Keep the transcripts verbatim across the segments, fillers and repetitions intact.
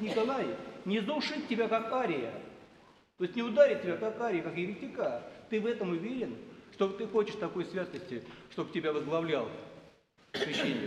святитель Николай не издушит тебя, как ария. То есть не ударит тебя, как ария, как еретика. Ты в этом уверен, что ты хочешь такой святости, чтобы тебя возглавлял священник?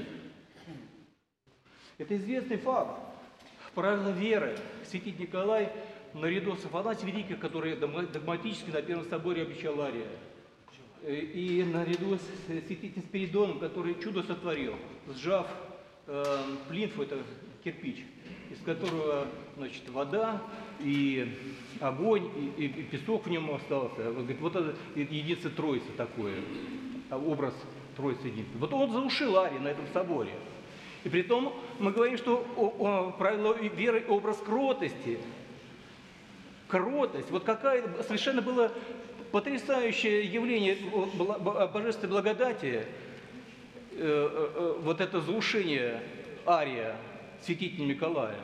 Это известный факт. Правило веры. Святитель Николай наряду с Афанасием Великим, который догматически на Первом соборе обещал ария, и наряду с святителем Спиридоном, который чудо сотворил, сжав э, плинфу, это кирпич, из которого, значит, вода и огонь, и, и, и песок в нем остался. Он говорит, вот это единство Троицы такое, образ Троицы единства. Вот он заушил арий на этом соборе. И при том мы говорим, что о, о, правило веры – образ кротости. Кротость. Вот какая совершенно было потрясающее явление божественной благодати, э, э, вот это заушение ария святителя Николая.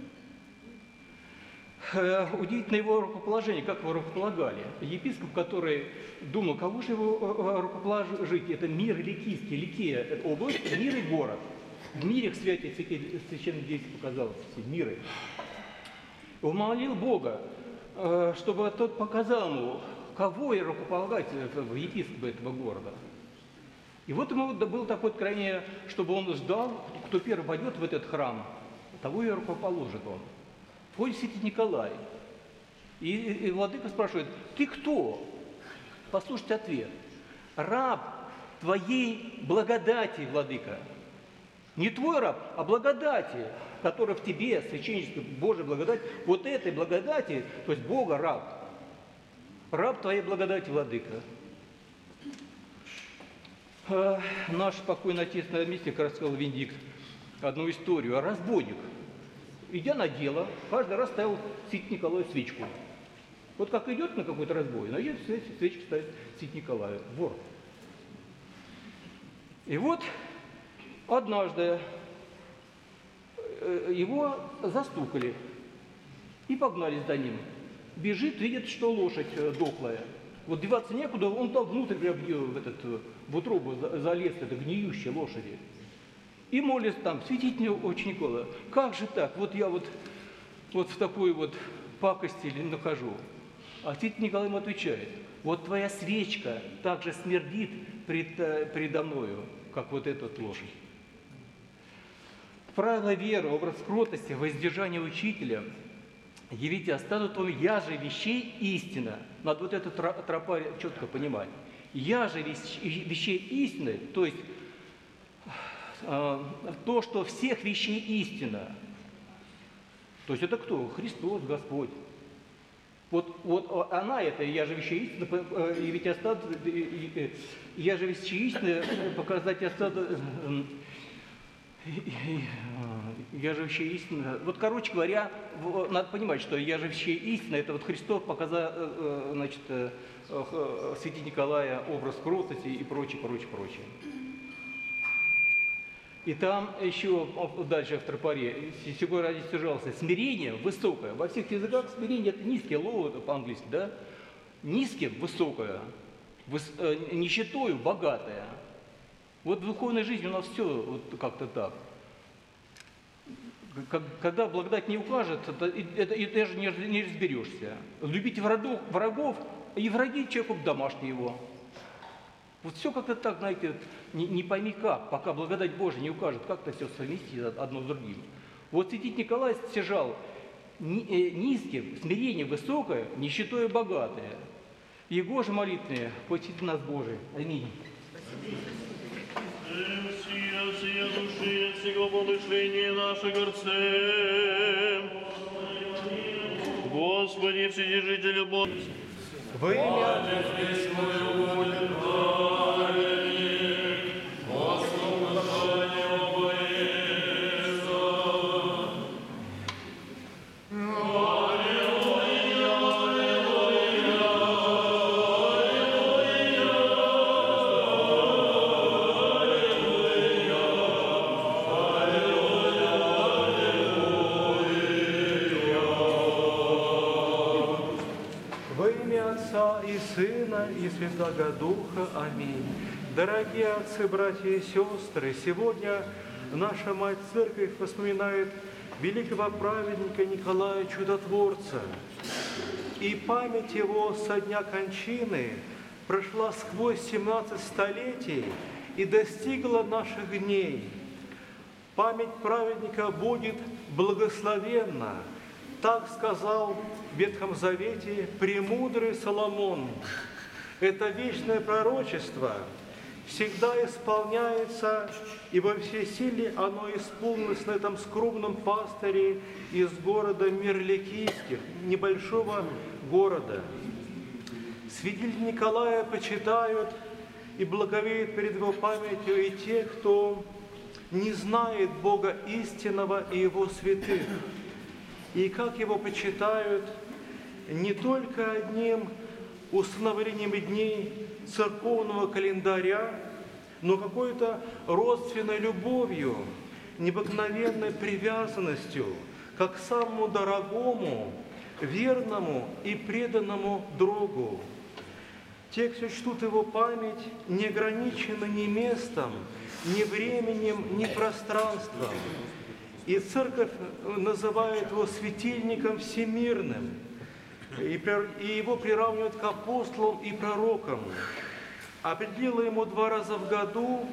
Э, удивительно его рукоположение, как его рукополагали. Епископ, который думал, кого же его рукоположить, это мир ликийский, Ликия, это область, мир и город. В мире святитель священное действие показалось, в мире. Он молил Бога, чтобы тот показал ему, кого и рукополагать в епископа этого города. И вот ему было такое откровение, чтобы он ждал, кто первый войдет в этот храм, того и рукоположит он. Входит святитель Николай. И, и владыка спрашивает, ты кто? Послушайте ответ. Раб твоей благодати, владыка. Не твой раб, а благодати, которая в тебе, священническая Божья благодать, вот этой благодати, то есть Бога раб. Раб твоей благодати, владыка. А, наш покойный отец на месте рассказал Венедикт одну историю. А разбойник, идя на дело, каждый раз ставил святителю Николаю свечку. Вот как идет на какой-то разбой, найдет свечку ставит святителю Николаю, вор. И вот однажды его застукали и погнались за ним. Бежит, видит, что лошадь дохлая. Вот деваться некуда, он там внутрь прям в, этот, в утробу залез, это гниющие лошади. И молится там, святитель отче Никола, как же так, вот я вот, вот в такой вот пакости нахожу. А святитель Николай ему отвечает, вот твоя свечка так же смердит пред, предо мною, как вот эта вот лошадь. Правило веры, образ кротости, воздержание учителя, явите останут вам, я же вещей истина. Надо вот эту тропа четко понимать. Я же вещей истины, то есть э, то, что всех вещей истина. То есть это кто? Христос, Господь. Вот, вот она это, я же вещей истина, явите останут, я же вещей истина, показать останут. Я же вообще истина. Вот, короче говоря, надо понимать, что я же вообще истина. Это вот Христос показал, значит, святитель Николая образ кротости и прочее, прочее, прочее. И там еще дальше в тропаре, сегодня ради стяжался, смирение высокое. Во всех языках смирение это низкое, low это по-английски, да? Низкое, высокое, выс, нищетою богатое. Вот в духовной жизни у нас все вот как-то так. Когда благодать не укажет, это, это, и даже не, не разберешься. Любите врагов, врагов, и враги человеку домашний его. Вот все как-то так, знаете, не, не пойми как, пока благодать Божия не укажет, как-то все совместить одно с другим. Вот святитель Николай стяжал низким, смирение высокое, нищетою богатое. Его же молитвы, почти нас Божий. Аминь. Сия, сия души, сего помышления наши горце. Господи, Вседержителю Бога. Во имя и Сына, и Святого Духа. Аминь. Дорогие отцы, братья и сестры, сегодня наша Мать Церковь вспоминает великого праведника Николая Чудотворца. И память его со дня кончины прошла сквозь семнадцать столетий и достигла наших дней. Память праведника будет благословенна, так сказал в Ветхом Завете премудрый Соломон. Это вечное пророчество всегда исполняется, и во всей силе оно исполнилось на этом скромном пастыре из города Мирликийских, небольшого города. Святителя Николая почитают и благовеют перед его памятью и те, кто не знает Бога истинного и Его святых. И как его почитают не только одним установлением дней церковного календаря, но какой-то родственной любовью, необыкновенной привязанностью как к самому дорогому, верному и преданному другу. Те, кто чтут его память, не ограничены ни местом, ни временем, ни пространством. И Церковь называет его светильником всемирным, и его приравнивают к апостолам и пророкам. Определила ему два раза в году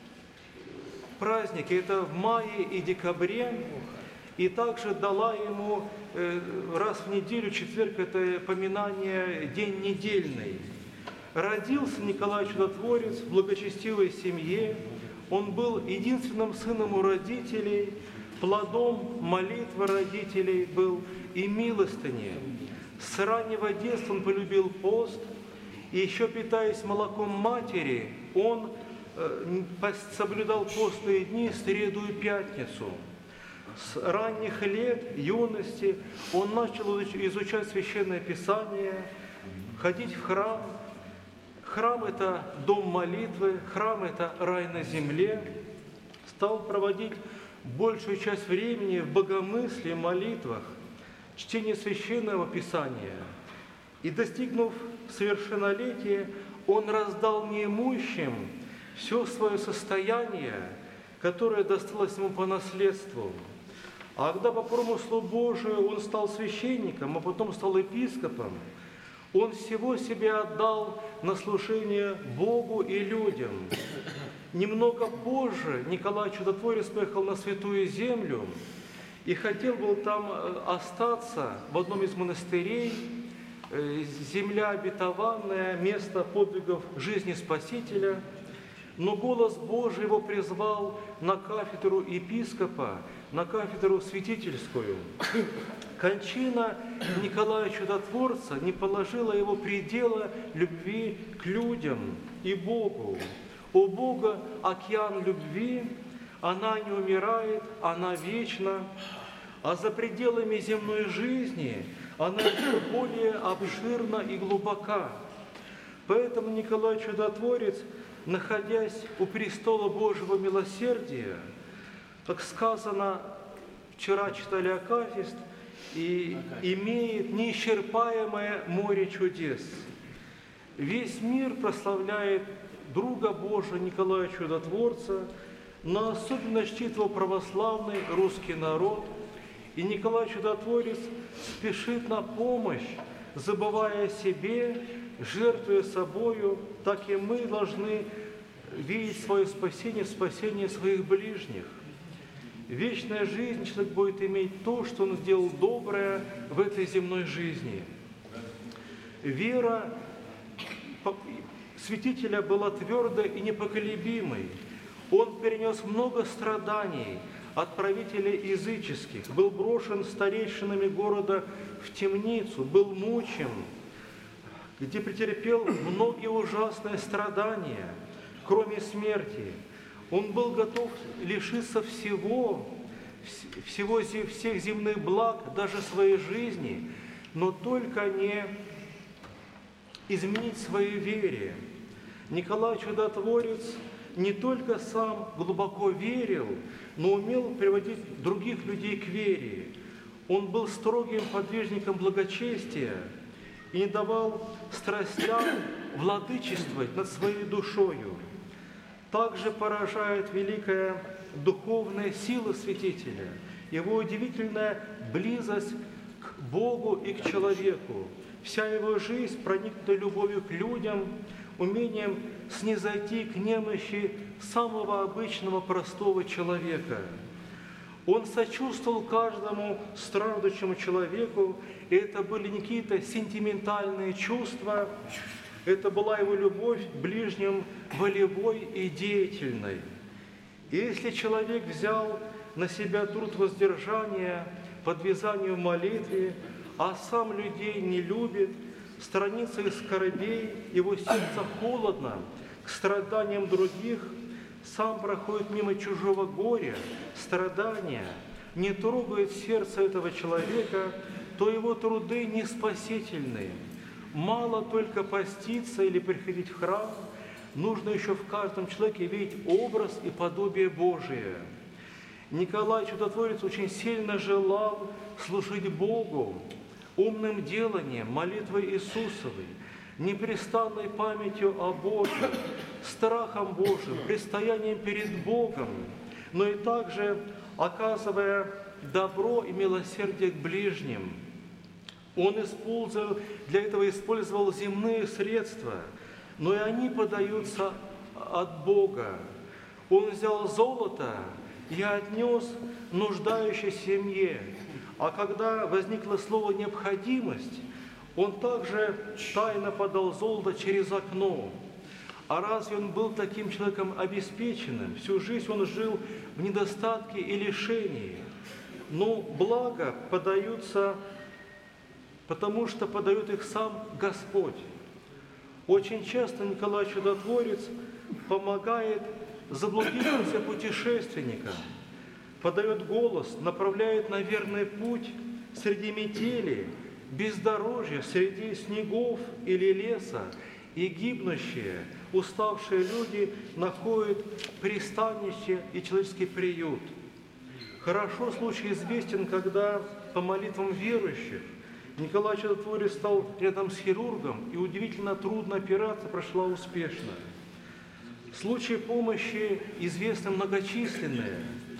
праздники, это в мае и декабре, и также дала ему раз в неделю, четверг, это поминание, день недельный. Родился Николай Чудотворец в благочестивой семье. Он был единственным сыном у родителей, плодом молитвы родителей был и милостыни. С раннего детства он полюбил пост, и еще питаясь молоком матери, он соблюдал постные дни, среду и пятницу. С ранних лет, юности, он начал изучать Священное Писание, ходить в храм. Храм – это дом молитвы, храм – это рай на земле. Стал проводить большую часть времени в богомыслии, молитвах, чтении Священного Писания. И, достигнув совершеннолетия, он раздал неимущим все свое состояние, которое досталось ему по наследству. А когда по промыслу Божию он стал священником, а потом стал епископом, он всего себя отдал на служение Богу и людям. Немного позже Николай Чудотворец поехал на Святую Землю и хотел был там остаться в одном из монастырей, земля обетованная, место подвигов жизни Спасителя. Но голос Божий его призвал на кафедру епископа, на кафедру святительскую. Кончина Николая Чудотворца не положила его предела любви к людям и Богу. У Бога океан любви, она не умирает, она вечна, а за пределами земной жизни она еще более обширна и глубока. Поэтому Николай Чудотворец, находясь у престола Божьего милосердия, как сказано, вчера читали Акафист, и имеет неисчерпаемое море чудес. Весь мир прославляет друга Божия Николая Чудотворца, но особенно чтит его православный русский народ. И Николай Чудотворец спешит на помощь, забывая о себе, жертвуя собою, так и мы должны видеть свое спасение в спасении своих ближних. Вечная жизнь человек будет иметь то, что он сделал доброе в этой земной жизни. Вера святителя была твердой и непоколебимой. Он перенес много страданий от правителей языческих, был брошен старейшинами города в темницу, был мучен, где претерпел многие ужасные страдания, кроме смерти. Он был готов лишиться всего, всего, всех земных благ, даже своей жизни, но только не изменить своей вере. Николай Чудотворец не только сам глубоко верил, но умел приводить других людей к вере. Он был строгим подвижником благочестия и не давал страстям владычествовать над своей душою. Также поражает великая духовная сила святителя. его удивительная близость к Богу и к человеку. Вся его жизнь проникнута любовью к людям, умением снизойти к немощи самого обычного простого человека. Он сочувствовал каждому страждущему человеку, и это были не какие-то сентиментальные чувства, это была его любовь к ближним волевой и деятельной. И если человек взял на себя труд воздержания, подвязанию в молитве, а сам людей не любит, страница из скорбей, его сердце холодно к страданиям других, сам проходит мимо чужого горя, страдания, не трогает сердце этого человека, то его труды не спасительные. Мало только поститься или приходить в храм, нужно еще в каждом человеке видеть образ и подобие Божие. Николай Чудотворец очень сильно желал служить Богу умным деланием, молитвой Иисусовой, непрестанной памятью о Боге, страхом Божьим, предстоянием перед Богом, но и также оказывая добро и милосердие к ближним. Он использовал, для этого использовал земные средства, но и они подаются от Бога. Он взял золото и отнес нуждающей семье, а когда возникло слово «необходимость», он также тайно подал золото через окно. А разве он был таким человеком обеспеченным? Всю жизнь он жил в недостатке и лишении. Но благо подаются, потому что подает их сам Господь. Очень часто Николай Чудотворец помогает заблудившимся путешественникам, подает голос, направляет на верный путь среди метели, бездорожья, среди снегов или леса, и гибнущие, уставшие люди находят пристанище и человеческий приют. Хорошо случай известен, когда по молитвам верующих Николай Чудотворец стал рядом с хирургом, и удивительно трудная операция прошла успешно. Случаи помощи известны многочисленные.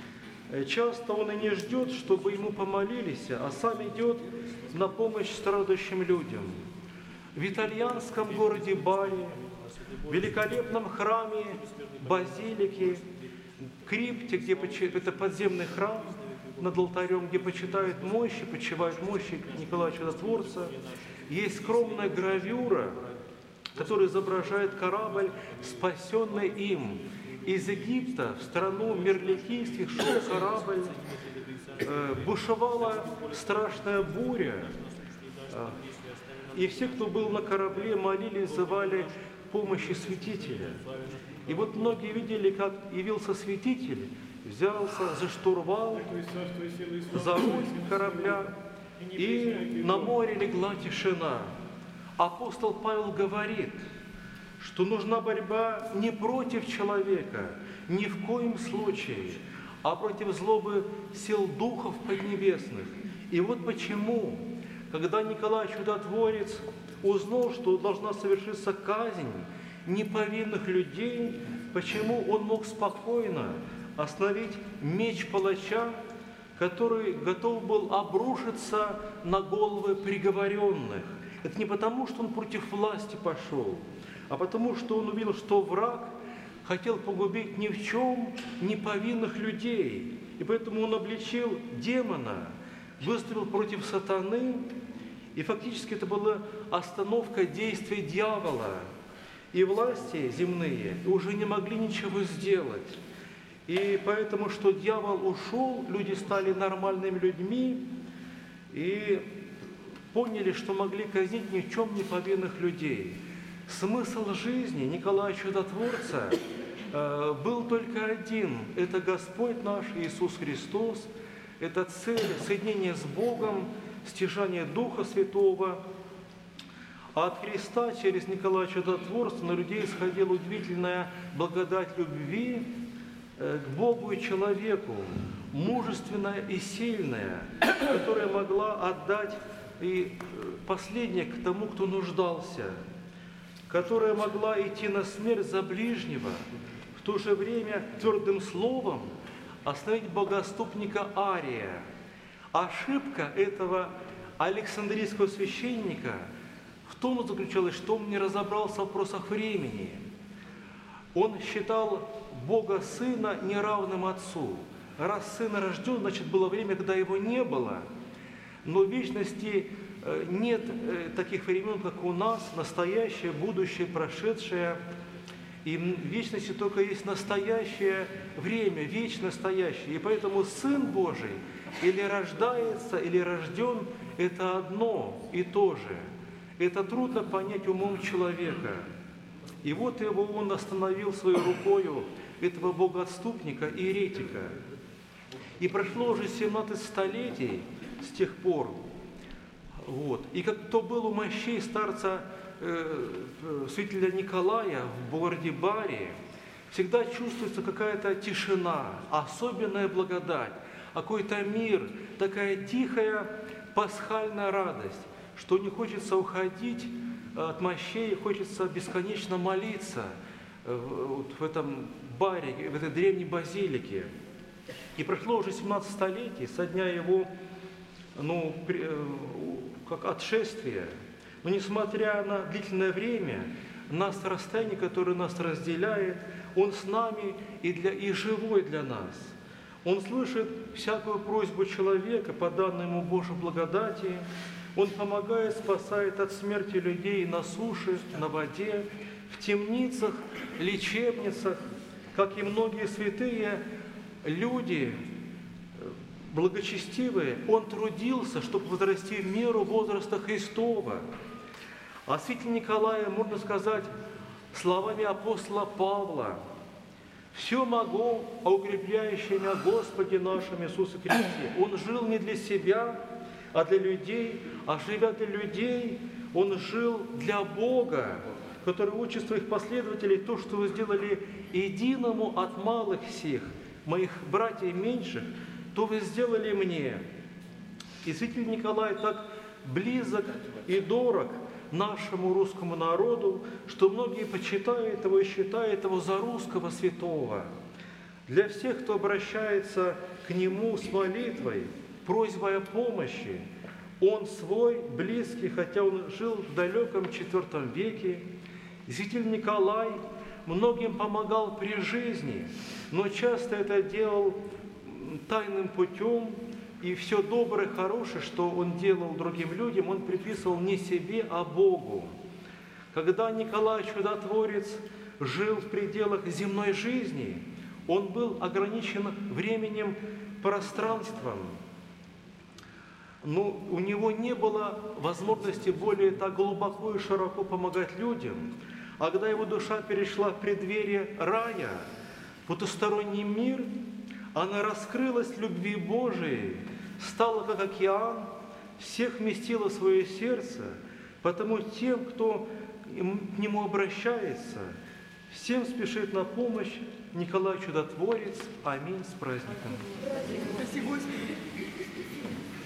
Часто он и не ждет, чтобы ему помолились, а сам идет на помощь страдающим людям. В итальянском городе Бари, в великолепном храме базилики, крипте, где это подземный храм над алтарем, где почитают мощи, почивают мощи Николая Чудотворца, есть скромная гравюра, которая изображает корабль, спасенный им. Из Египта в страну мирликийских шел корабль, э, бушевала страшная буря, э, и все, кто был на корабле, молились, звали помощи святителя. И вот многие видели, как явился святитель, взялся за штурвал, за руль корабля, и на море легла тишина. Апостол Павел говорит, что нужна борьба не против человека, ни в коем случае, а против злобы сил духов поднебесных. И вот почему, когда Николай Чудотворец узнал, что должна совершиться казнь неповинных людей, почему он мог спокойно остановить меч палача, который готов был обрушиться на головы приговоренных. Это не потому, что он против власти пошел, а потому, что он увидел, что враг хотел погубить ни в чем не повинных людей. И поэтому он обличил демона, выступил против сатаны, и фактически это была остановка действий дьявола. И власти земные уже не могли ничего сделать. И поэтому, что дьявол ушел, люди стали нормальными людьми и поняли, что могли казнить ни в чем не повинных людей. Смысл жизни Николая Чудотворца э, был только один. Это Господь наш Иисус Христос, это цель соединения с Богом, стяжание Духа Святого. А от Христа через Николая Чудотворца на людей исходила удивительная благодать любви э, к Богу и человеку, мужественная и сильная, которая могла отдать и последнее к тому, кто нуждался, которая могла идти на смерть за ближнего, в то же время твердым словом остановить богоступника Ария. Ошибка этого Александрийского священника в том заключалась, что он не разобрался в вопросах времени. Он считал Бога Сына неравным Отцу. Раз Сын рожден, значит, было время, когда Его не было. Но в вечности нет таких времен, как у нас, настоящее, будущее, прошедшее. И в вечности только есть настоящее время, вечно настоящее. И поэтому Сын Божий или рождается, или рожден – это одно и то же. Это трудно понять умом человека. И вот его он остановил своей рукою, этого богоотступника и еретика. И прошло уже семнадцать столетий с тех пор. Вот. И как то был у мощей старца э, святителя Николая в городе Баре, всегда чувствуется какая-то тишина, особенная благодать, какой-то мир, такая тихая пасхальная радость, что не хочется уходить от мощей, хочется бесконечно молиться вот в этом баре, в этой древней базилике. И прошло уже семнадцать столетий со дня его, ну, как отшествия. Но несмотря на длительное время, на расстояние, которое нас разделяет, Он с нами и, для, и живой для нас. Он слышит всякую просьбу человека по данной ему Божьей благодати. Он помогает, спасает от смерти людей на суше, на воде, в темницах, лечебницах, как и многие святые люди, благочестивые. Он трудился, чтобы возрасти в меру возраста Христова. А святитель Николая, можно сказать, словами апостола Павла: «Все могу, а укрепляющее меня Господе нашем Иисусе Христе». Он жил не для себя, а для людей, а живя для людей, он жил для Бога, который учит своих последователей: то, что вы сделали единому от малых сих, моих братьев меньших, то вы сделали мне. И святитель Николай так близок и дорог нашему русскому народу, что многие почитают его и считают его за русского святого. Для всех, кто обращается к нему с молитвой, просьбой о помощи, он свой, близкий, хотя он жил в далеком четвёртом веке, святитель Николай многим помогал при жизни, но часто это делал тайным путем, и все доброе, хорошее, что он делал другим людям, он приписывал не себе, а Богу. Когда Николай Чудотворец жил в пределах земной жизни, он был ограничен временем, пространством. Но у него не было возможности более так глубоко и широко помогать людям. А когда его душа перешла в преддверие рая, потусторонний мир, она раскрылась любви Божией, стала как океан, всех вместила в свое сердце, потому тем, кто к нему обращается, всем спешит на помощь Николай Чудотворец. Аминь. С праздником. Спасибо, Господи.